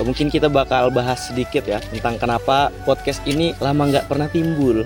Mungkin kita bakal bahas sedikit ya tentang kenapa podcast ini lama nggak pernah timbul.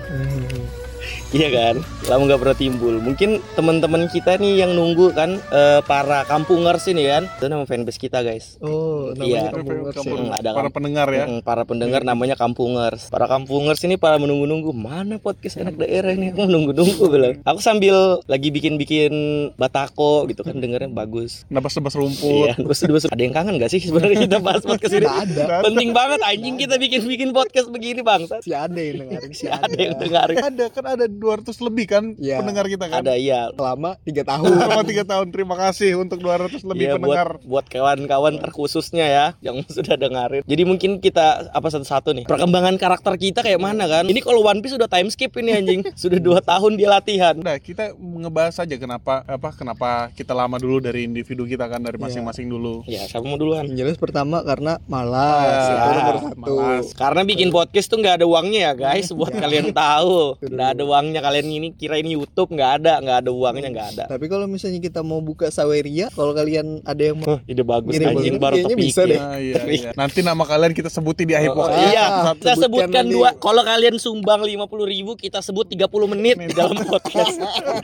Iya kan, lama nggak pernah timbul. Mungkin teman-teman kita nih yang nunggu kan, para kampungers ini kan, itu nama fanbase kita guys. Oh, Iya. namanya kampungers. Ada para pendengar ya. para pendengar namanya kampungers. Para kampungers ini para menunggu-nunggu mana podcast anak daerah ini. Aku nunggu-nunggu bilang. Aku sambil lagi bikin batako gitu kan, dengerin bagus. Nebas-nebas rumput. Iya, terus ada yang kangen gak sih sebenarnya kita bahas podcast ini? Nggak ada. Penting banget anjing kita bikin podcast begini bangsa. Si ada yang dengerin, si Ada yang dengerin. Ada kan, ada 200 lebih kan Iya. pendengar kita kan. Ada iya. selama 3 tahun. Selama 3 tahun. Terima kasih untuk 200 lebih Iya, pendengar. buat kawan-kawan terkhususnya ya yang sudah dengerin. Jadi mungkin kita satu-satu nih. Perkembangan karakter kita kayak mana kan? Ini kalau One Piece udah time skip ini anjing. Sudah 2 tahun dia latihan. Udah, kita ngebahas aja kenapa kita lama dulu dari individu kita kan, dari masing-masing dulu. Ya, siapa mau duluan? Yang jelas pertama karena malas. Itu nomor 1. malas. Karena bikin podcast tuh nggak ada uangnya ya guys, buat kalian tahu. Nggak ada uangnya, kalian ini kira ini YouTube, nggak ada uangnya, nggak ada. Tapi kalau misalnya kita mau buka Saweria, kalau kalian ada yang mau Ide bagus Gini, anjing, Bang. baru Kayaknya kepikir. bisa deh. Nah, iya. Nanti nama kalian kita sebutin di akhir podcast. Iya, kita sebutkan sebutkan nanti. 2. Kalau kalian sumbang 50.000, kita sebut 30 menit di dalam podcast.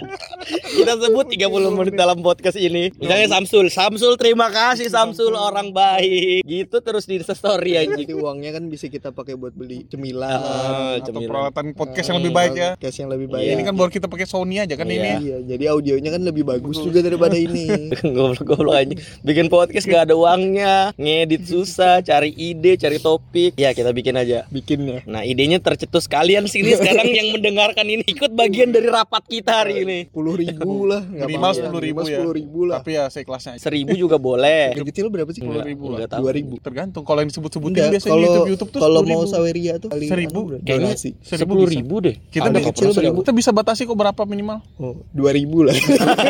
Kita sebut 30 menit dalam podcast ini. Misalnya Samsul, terima kasih Samsul, orang baik. Gitu terus di story anjing. Jadi uangnya kan bisa kita pakai buat beli cemilan. Atau Cemilan. peralatan podcast yang lebih baik ya. Cash yang lebih Iya. baik. Ini kan baru kita pakai Sony aja kan Iya. ini. Iya, jadi audionya kan lebih bagus juga daripada ini. Goblok anjing. Bikin podcast gak ada uangnya, ngedit susah, cari ide, cari topik. Ya, kita bikin aja. Bikinnya. Nah, idenya tercetus kalian sini sekarang yang mendengarkan ini ikut bagian dari rapat kita hari ini. 10.000 lah. nggak Minimal apa-apa. 10.000 ya. 10.000 lah. Tapi ya seikhlasnya aja. 1.000 juga boleh. Yang kecil berapa sih? 10.000 lah. Enggak tahu. 2.000. Tergantung, kalau yang disebut-sebutin Enggak, biasanya di YouTube tuh kalau 10.000. mau Saweria tuh kali 1.000. Kayaknya donasi. 10.000 deh. Kita Ada bisa kecil berapa? kita bisa batasi kok berapa minimal. Oh, 2.000 lah.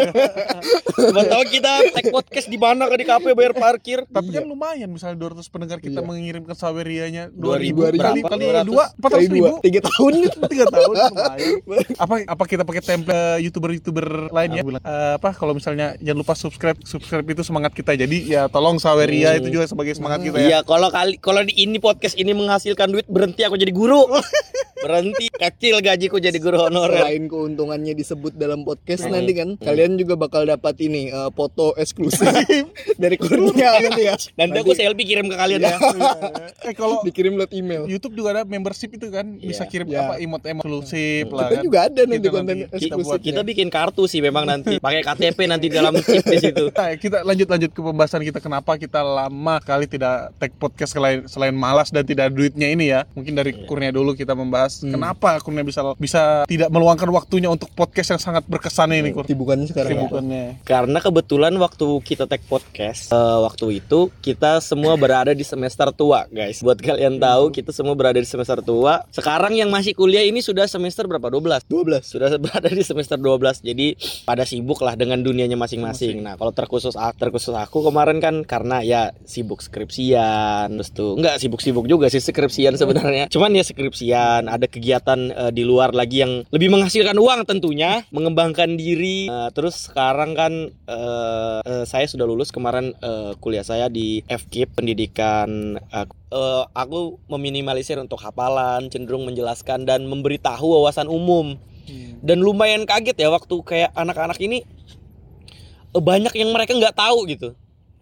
Coba tahu kita tag podcast di mana ke di kafe bayar parkir. Tapi kan lumayan, misalnya 200 pendengar kita Iya. mengirimkan Sawerianya 2.000 kali berapa? kali 200. 2 400.000. 3 tahun. 3 tahun lumayan. Apa kita pakai template YouTuber lain ya? Kalau misalnya jangan lupa subscribe itu semangat kita. Jadi ya tolong Saweria itu juga sebagai semangat kita ya. Iya, kalau di ini podcast ini menghasilkan duit, berhenti aku jadi guru. Berhenti, kecil gajiku jadi guru honorer. Selain keuntungannya disebut dalam podcast nanti kan, kalian juga bakal dapat ini foto eksklusif dari Kurnia nanti ya. Nanti aku selfie kirim ke kalian ya. Kalau Dikirim lewat email. YouTube juga ada membership itu kan, bisa kirim Iya. emot-emot eksklusif lah Kita kan. juga ada nanti Kita konten nanti- eksklusif. Kita bikin kartu sih memang nanti. Pakai KTP nanti dalam chip di situ. Nah, kita lanjut ke pembahasan kita, kenapa kita lama kali tidak tag podcast selain malas dan tidak ada duitnya ini ya. Mungkin dari Kurnia dulu kita membahas kenapa Kurnia bisa tidak meluangkan waktunya untuk podcast yang sangat berkesan ini, Kur. Kesibukannya sekarang. Kesibukannya. Karena kebetulan waktu kita tag podcast, waktu itu kita semua berada di semester tua, guys. Buat kalian tahu, kita semua berada di semester tua. Sekarang yang masih kuliah ini sudah semester berapa? 12. 12. Sudah berada di semester 12. Jadi pada sibuk lah dengan dunianya masing-masing. Nah, kalau terkhusus aku kemarin kan karena ya sibuk skripsian, terus tuh enggak sibuk-sibuk juga sih skripsian sebenarnya. Cuman ya skripsian, ada kegiatan di luar lagi yang lebih menghasilkan uang tentunya, mengembangkan diri. Terus sekarang kan saya sudah lulus kemarin, kuliah saya di FKIP pendidikan. Aku meminimalisir untuk hafalan, cenderung menjelaskan dan memberitahu wawasan umum. Dan lumayan kaget ya waktu kayak anak-anak ini banyak yang mereka nggak tahu gitu.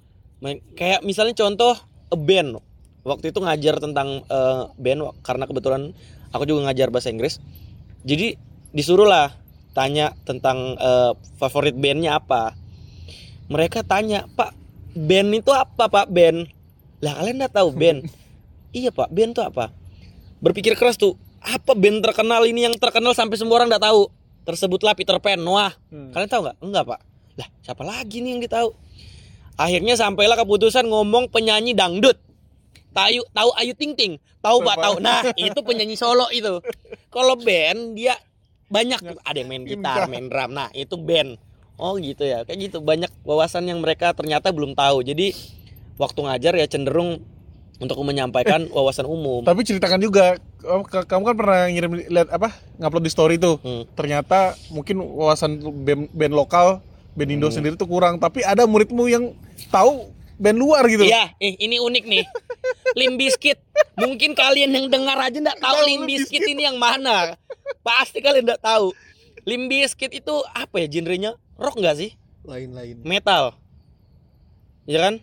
Kayak misalnya contoh band. Waktu itu ngajar tentang band karena kebetulan aku juga ngajar bahasa Inggris. Jadi disuruh lah tanya tentang favorit bandnya apa. Mereka tanya, "Pak, band itu apa, Pak? Band?" Lah kalian nggak tahu band? Iya, Pak, band itu apa? Berpikir keras tuh. Apa band terkenal ini yang terkenal sampai semua orang nggak tahu? Tersebutlah Peter Pan. Wah, kalian tahu nggak? Enggak, Pak. Lah, siapa lagi nih yang ditahu? Akhirnya sampailah keputusan ngomong penyanyi dangdut. Tahu Ayu Ting Ting? Tahu, Pak, tahu. Nah, itu penyanyi solo itu. Kalau band dia banyak, ada yang main gitar, main drum. Nah, itu band. Oh, gitu ya. Kayak gitu, banyak wawasan yang mereka ternyata belum tahu. Jadi waktu ngajar ya cenderung untuk menyampaikan wawasan umum. Tapi ceritakan juga, kamu kan pernah ngupload di story tuh. Ternyata mungkin wawasan band lokal, band Indo sendiri tuh kurang. Tapi ada muridmu yang tahu band luar gitu. Iya, ini unik nih. Limp Bizkit. Mungkin kalian yang dengar aja enggak tahu Limp Bizkit ini yang mana. Pasti kalian enggak tahu. Limp Bizkit itu apa ya genrenya? Rock enggak sih? Lain-lain. Metal. Iya kan?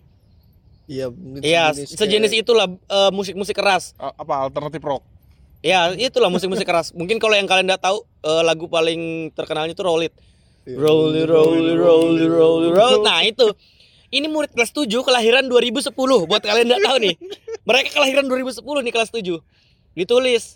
Iya, sejenis itulah musik-musik keras. Apa alternatif rock? Ya, itulah musik-musik keras. Mungkin kalau yang kalian enggak tahu lagu paling terkenalnya itu Roll It. Roll it, roll it, roll it, roll it, roll it. Nah, itu. Ini murid kelas 7 kelahiran 2010. Buat kalian enggak tahu nih. Mereka kelahiran 2010 nih kelas 7. Ditulis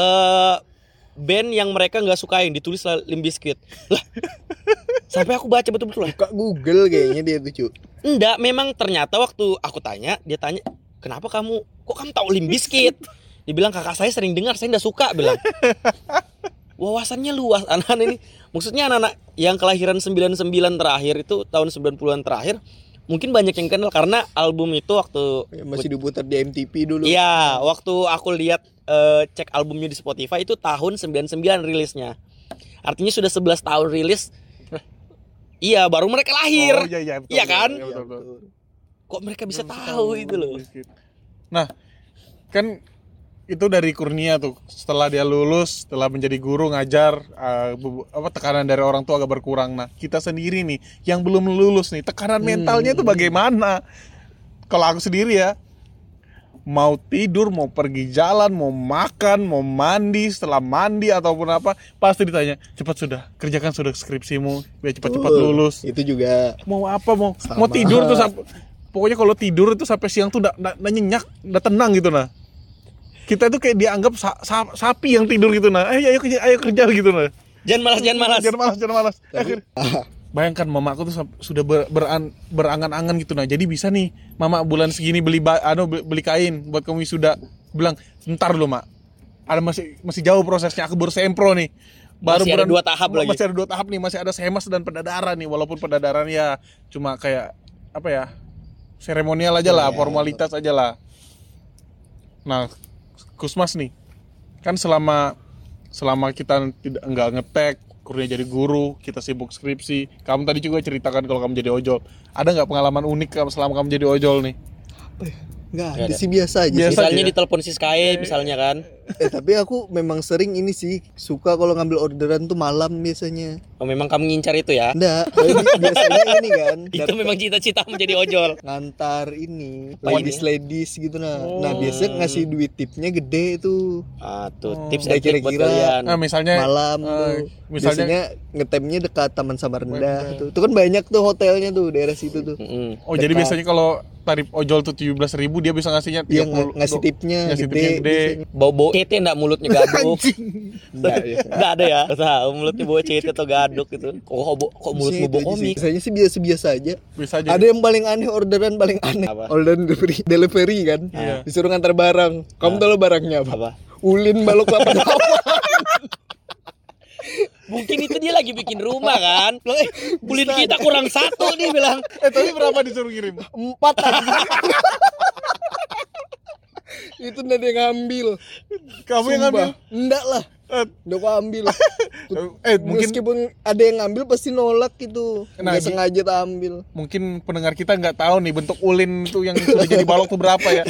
band yang mereka enggak sukain, ditulis Limp Bizkit. Lah. Sampai aku baca betul-betul. Buka Google kayaknya dia tuh, Cuk. Enggak, memang ternyata waktu aku tanya, dia tanya, "Kenapa kok kamu tahu Limp Bizkit?" Dibilang kakak saya sering dengar, saya enggak suka, bilang. Wawasannya luas anak-anak ini. Maksudnya anak-anak yang kelahiran 99 terakhir itu tahun 90-an terakhir mungkin banyak yang kenal karena album itu waktu masih diputar di MTV dulu. Iya, waktu aku lihat cek albumnya di Spotify itu tahun 99 rilisnya. Artinya sudah 11 tahun rilis. Iya, baru mereka lahir. Oh iya betul. Iya kan? Iya, betul. Kok mereka bisa tahu itu loh. Nah, kan itu dari Kurnia tuh. Setelah dia lulus, setelah menjadi guru ngajar, tekanan dari orang tua agak berkurang. Nah, kita sendiri nih yang belum lulus nih, tekanan mentalnya itu bagaimana? Kalau aku sendiri ya, mau tidur, mau pergi jalan, mau makan, mau mandi, setelah mandi ataupun apa, pasti ditanya, "Cepat sudah, kerjakan sudah skripsimu, biar cepat-cepat lulus." Itu juga. Mau apa, mau tidur tuh pokoknya kalau tidur itu sampai siang tuh udah nyenyak, udah tenang gitu nah. Kita tuh kayak dianggap sapi yang tidur gitu nah. Ayo kerja gitu nah. Jangan malas. Bayangkan mamaku tuh sudah berangan-angan gitu nah. Jadi bisa nih mama bulan segini beli kain buat kamu wisuda. Bilang, "Bentar loh, Mak. Ada masih jauh prosesnya. Aku baru sempro nih." Masih ada 2 tahap lagi. Masih ada 2 tahap nih, masih ada semas dan pendadaran nih. Walaupun pendadaran ya cuma kayak apa ya? Seremonial aja lah, formalitas aja lah. Nah, Kusmas nih, kan selama kita nggak ngetek, Kurnia jadi guru, kita sibuk skripsi. Kamu tadi juga ceritakan kalau kamu jadi ojol. Ada nggak pengalaman unik selama kamu jadi ojol nih? Apa ya? Nggak ada sih, biasa aja. Misalnya ditelepon si Sky, misalnya kan. Tapi aku memang sering ini sih, suka kalau ngambil orderan tuh malam biasanya. Oh, memang kamu ngincar itu ya? Enggak, biasanya ini kan. Itu memang cita-cita menjadi ojol. Ngantar ini, ladies gitu nah. Nah, biasanya ngasih duit tipnya gede tuh. Tuh, tips and trick buat kalian. Misalnya malam tuh. Biasanya ngetemnya dekat Taman Samarinda tuh. Itu kan banyak tuh hotelnya tuh daerah situ tuh. Oh, dekat. Jadi biasanya kalau tarif ojol tuh 17.000, dia bisa ngasihnya 30. Ngasih tipnya gede. Bau CT enggak, mulutnya gaduk. Enggak ada ya. Tahu mulutnya bawa CT atau gaduk gitu. Kok mulutmu bau komik? Biasanya sih biasa-biasa aja. Bisa aja. Ada yang paling aneh, orderan paling aneh. Apa? Orderan delivery kan. Disuruh ngantar barang. Kamu tahu barangnya apa? Ulin balok kelapa. Mungkin itu dia lagi bikin rumah kan. Ulin kita kurang 1 nih bilang. Tapi berapa disuruh kirim? 4 aja. Itu udah dia ngambil. Kamu yang ngambil? Enggak lah. Udah aku ambil. Mungkin meskipun ada yang ngambil pasti nolak gitu. Nggak sengaja tak ambil. Mungkin pendengar kita nggak tahu nih bentuk ulin itu yang sudah jadi balok tuh berapa ya.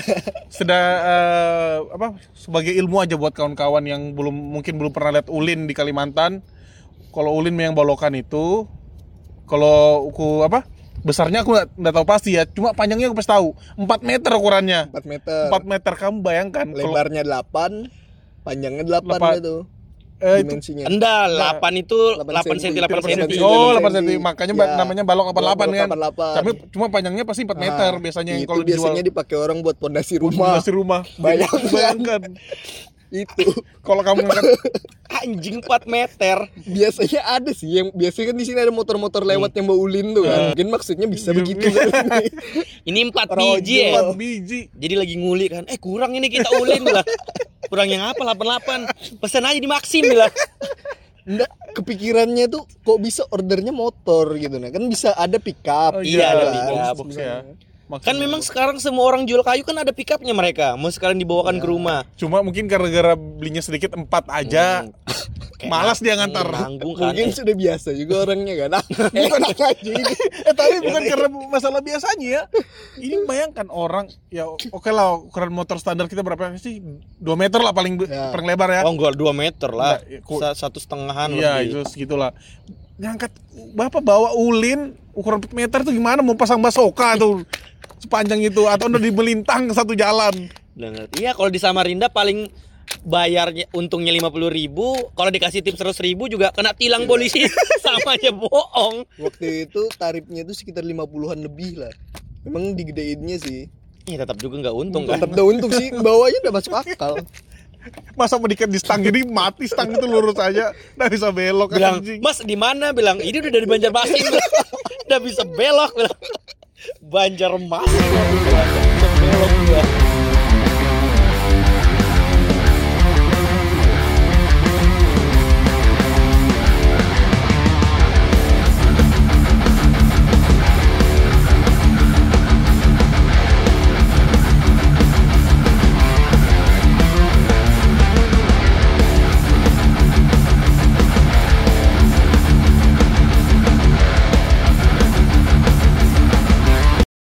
Sebagai ilmu aja buat kawan-kawan yang mungkin belum pernah lihat ulin di Kalimantan. Kalau ulin yang balokan itu, kalau besarnya aku nggak tahu pasti ya, cuma panjangnya aku pasti tahu 4 meter ukurannya. 4 meter kamu bayangkan. Lebarnya 8, panjangnya 8 gitu. Dimensinya. Enggak, 8 itu 8 cm 8 cm. Oh, 8 cm. Makanya namanya balok 88 kan. 88. Tapi cuma panjangnya pasti 4 meter biasanya yang itu kalau dijual. Biasanya dipakai orang buat pondasi rumah. Bayangkan. Itu kalau kamu ngangkat anjing 4 meter. Biasanya ada sih yang biasanya kan di sini ada motor-motor lewat yang bawa ulin tuh kan. Mungkin maksudnya bisa begitu. Ini 4 biji ya. 4 biji. Jadi lagi nguli kan. Kurang ini kita ulin lah. Kurang yang apa 88. Pesan aja di Maxim lah. Enggak, kepikirannya tuh kok bisa ordernya motor gitu nah. Kan bisa ada pick up. Iya, ada pick up ya. Kan memang sekarang semua orang jual kayu kan ada pick up-nya mereka. Mau sekalian dibawakan ke rumah. Cuma mungkin gara-gara belinya sedikit 4 aja. kayak malas dia ngantar. nanggung kan. Mungkin sudah biasa juga orangnya kan. Bukan anjing. Tapi bukan karena masalah biasanya ya. Ini bayangkan orang ya oke lah ukuran motor standar kita berapa sih? 2 meter lah paling Ya. paling lebar ya. Oh enggak 2 meter lah. Enggak, 1,5-an Iya lebih. itu segitulah. Ngangkat Bapak bawa ulin ukuran meter tuh gimana mau pasang basoka tuh sepanjang itu atau udah dimelintang satu jalan. Bener. Iya kalau di Samarinda paling bayarnya untungnya 50.000, kalau dikasih tip 100.000 juga kena tilang polisi. Sama aja bohong. Waktu itu tarifnya itu sekitar 50-an lebih lah. Memang digedeinnya sih. Ya tetap juga nggak untung kan. Tetap udah untung sih, bawahnya udah masuk akal. Masa mau diikat di stang jadi mati stang itu lurus aja nggak bisa belok Bilang, anjing. Mas di mana? Bilang, ini udah dari Banjarmasin. Udah bisa belok. Bilang, Banjarmasin. Udah bisa belok gua.